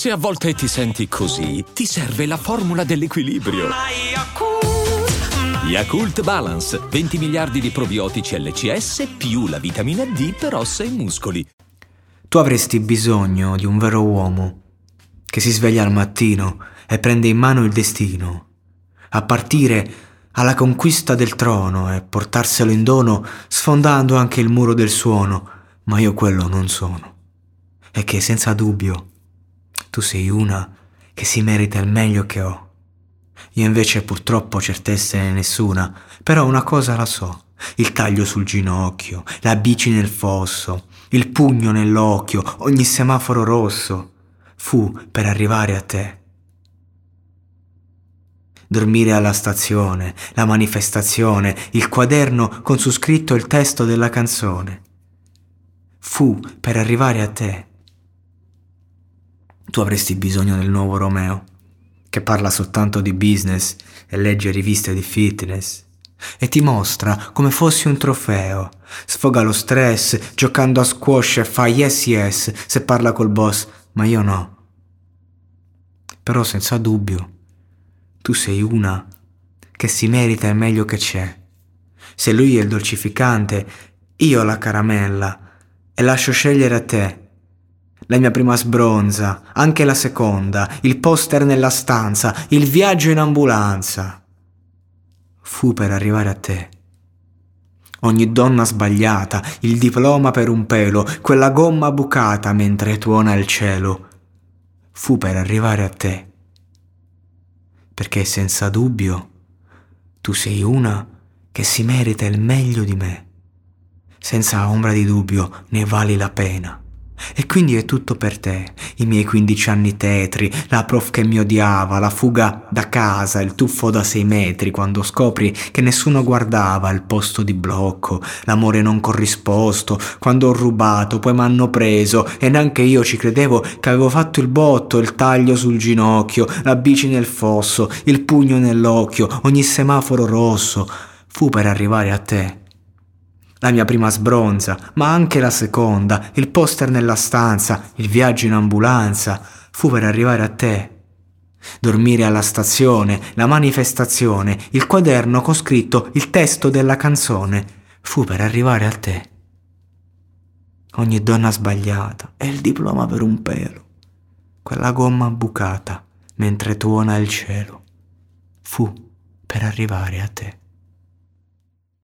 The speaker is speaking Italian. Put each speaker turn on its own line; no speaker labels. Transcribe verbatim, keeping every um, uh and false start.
Se a volte ti senti così, ti serve la formula dell'equilibrio. Yakult Balance, venti miliardi di probiotici L C S più la vitamina D per ossa e muscoli.
Tu avresti bisogno di un vero uomo che si sveglia al mattino e prende in mano il destino, a partire alla conquista del trono e portarselo in dono, sfondando anche il muro del suono. Ma io quello non sono. E che senza dubbio tu sei una che si merita il meglio che ho. Io invece purtroppo certezze nessuna, però una cosa la so: il taglio sul ginocchio, la bici nel fosso, il pugno nell'occhio, ogni semaforo rosso fu per arrivare a te. Dormire alla stazione, la manifestazione, il quaderno con su scritto il testo della canzone, fu per arrivare a te. Tu avresti bisogno del nuovo Romeo, che parla soltanto di business e legge riviste di fitness e ti mostra come fossi un trofeo, sfoga lo stress giocando a squash e fa yes yes se parla col boss, ma io no. Però senza dubbio tu sei una che si merita il meglio che c'è. Se lui è il dolcificante, io la caramella, e lascio scegliere a te. La mia prima sbronza, anche la seconda, il poster nella stanza, il viaggio in ambulanza, fu per arrivare a te. Ogni donna sbagliata, il diploma per un pelo, quella gomma bucata mentre tuona il cielo, fu per arrivare a te. Perché senza dubbio tu sei una che si merita il meglio di me. Senza ombra di dubbio ne vali la pena. E quindi è tutto per te, i miei quindici anni tetri, la prof che mi odiava, la fuga da casa, il tuffo da sei metri quando scopri che nessuno guardava il posto di blocco, l'amore non corrisposto, quando ho rubato, poi m'hanno preso e neanche io ci credevo che avevo fatto il botto, il taglio sul ginocchio, la bici nel fosso, il pugno nell'occhio, ogni semaforo rosso, fu per arrivare a te. La mia prima sbronza, ma anche la seconda, il poster nella stanza, il viaggio in ambulanza, fu per arrivare a te. Dormire alla stazione, la manifestazione, il quaderno con scritto il testo della canzone, fu per arrivare a te. Ogni donna sbagliata e il diploma per un pelo, quella gomma bucata mentre tuona il cielo, fu per arrivare a te.